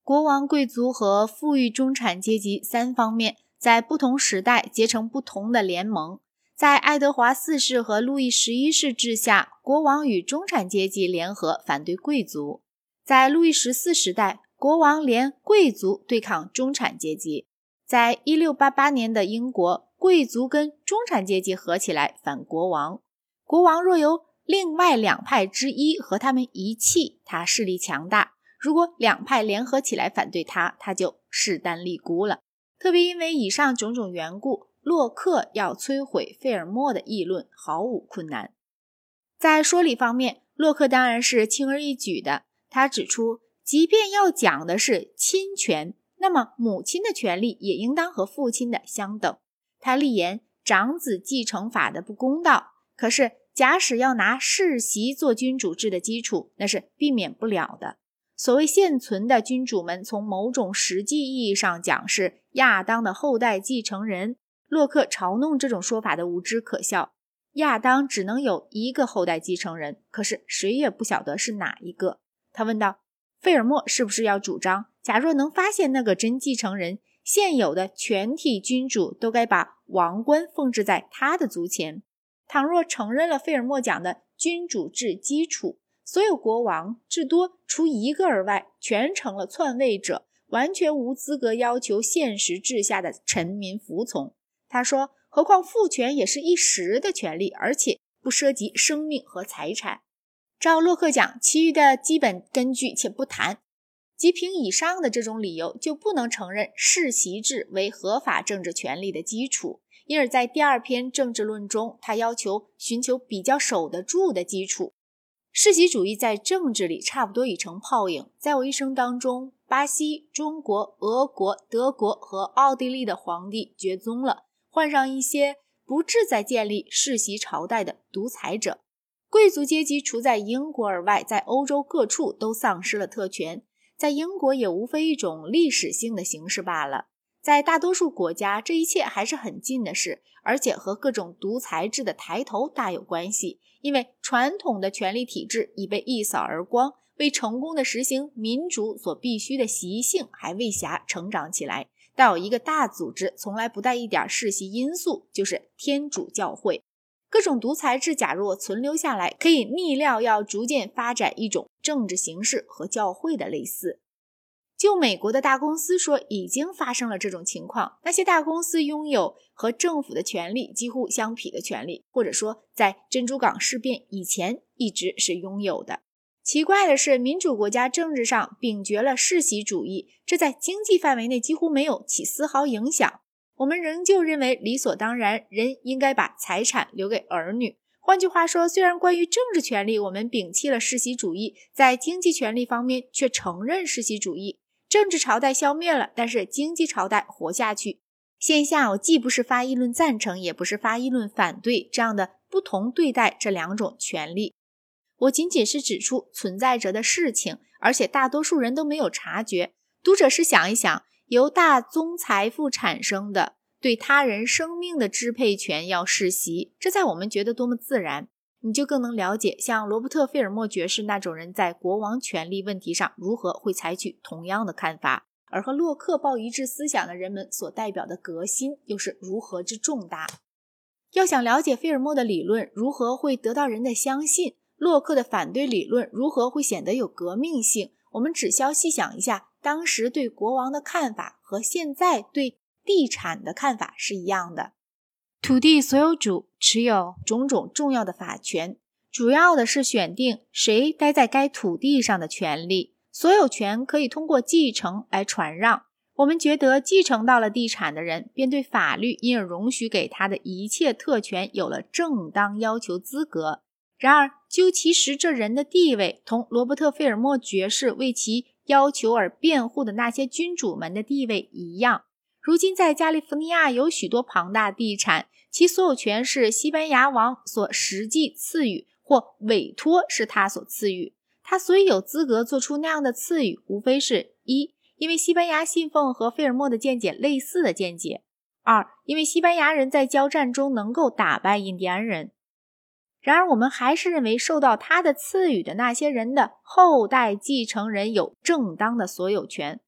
国王、贵族和富裕中产阶级三方面在不同时代结成不同的联盟。在爱德华4世和路易11世治下，国王与中产阶级联合反对贵族。在路易14时代，国王连贵族对抗中产阶级。在1688年的英国，贵族跟中产阶级合起来反国王。国王若由另外两派之一和他们一气，他势力强大；如果两派联合起来反对他，他就势单力孤了。特别因为以上种种缘故，洛克要摧毁费尔莫的议论毫无困难。在说理方面，洛克当然是轻而易举的。他指出，即便要讲的是亲权，那么母亲的权利也应当和父亲的相等。他立言长子继承法的不公道，可是假使要拿世袭做君主制的基础，那是避免不了的。所谓现存的君主们，从某种实际意义上讲是亚当的后代继承人。洛克嘲弄这种说法的无知可笑。亚当只能有一个后代继承人，可是谁也不晓得是哪一个。他问道，费尔莫是不是要主张，假若能发现那个真继承人，现有的全体君主都该把王冠奉制在他的足前？倘若承认了费尔莫讲的君主制基础，所有国王至多除一个而外全成了篡位者，完全无资格要求现实治下的臣民服从。他说，何况父权也是一时的权利，而且不涉及生命和财产。照洛克讲，其余的基本根据且不谈，即凭以上的这种理由，就不能承认世袭制为合法政治权利的基础。因而在第二篇政治论中，他要求寻求比较守得住的基础。世袭主义在政治里差不多已成泡影。在我一生当中，巴西、中国、俄国、德国和奥地利的皇帝绝踪了，换上一些不志在建立世袭朝代的独裁者。贵族阶级除在英国而外，在欧洲各处都丧失了特权，在英国也无非一种历史性的形式罢了。在大多数国家，这一切还是很近的事，而且和各种独裁制的抬头大有关系。因为传统的权力体制已被一扫而光，为成功的实行民主所必须的习性还未暇成长起来。但有一个大组织从来不带一点世袭因素，就是天主教会。各种独裁制假若存留下来，可以逆料要逐渐发展一种政治形式和教会的类似。就美国的大公司说，已经发生了这种情况。那些大公司拥有和政府的权力几乎相匹的权力，或者说在珍珠港事变以前一直是拥有的。奇怪的是，民主国家政治上秉绝了世袭主义，这在经济范围内几乎没有起丝毫影响。我们仍旧认为理所当然，人应该把财产留给儿女。换句话说，虽然关于政治权利我们摒弃了世袭主义，在经济权利方面却承认世袭主义。政治朝代消灭了，但是经济朝代活下去。现下我既不是发议论赞成，也不是发议论反对这样的不同对待这两种权利。我仅仅是指出存在着的事情，而且大多数人都没有察觉。读者是想一想，由大宗财富产生的对他人生命的支配权要世袭，这在我们觉得多么自然，你就更能了解像罗伯特·费尔莫爵士那种人在国王权力问题上如何会采取同样的看法，而和洛克抱一致思想的人们所代表的革新又是如何之重大。要想了解费尔莫的理论如何会得到人的相信，洛克的反对理论如何会显得有革命性，我们只需要细想一下，当时对国王的看法和现在对地产的看法是一样的。土地所有主持有种种重要的法权，主要的是选定谁待在该土地上的权利。所有权可以通过继承来传让。我们觉得继承到了地产的人，便对法律因而容许给他的一切特权有了正当要求资格。然而究其实，这人的地位同罗伯特·费尔莫爵士为其要求而辩护的那些君主们的地位一样。如今在加利福尼亚有许多庞大地产，其所有权是西班牙王所实际赐予，或委托是他所赐予。他所以有资格做出那样的赐予，无非是一，因为西班牙信奉和费尔莫的见解类似的见解；二，因为西班牙人在交战中能够打败印第安人。然而我们还是认为受到他的赐予的那些人的后代继承人有正当的所有权。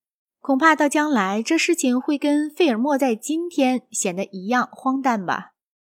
恐怕到将来这事情会跟费尔莫在今天显得一样荒诞吧。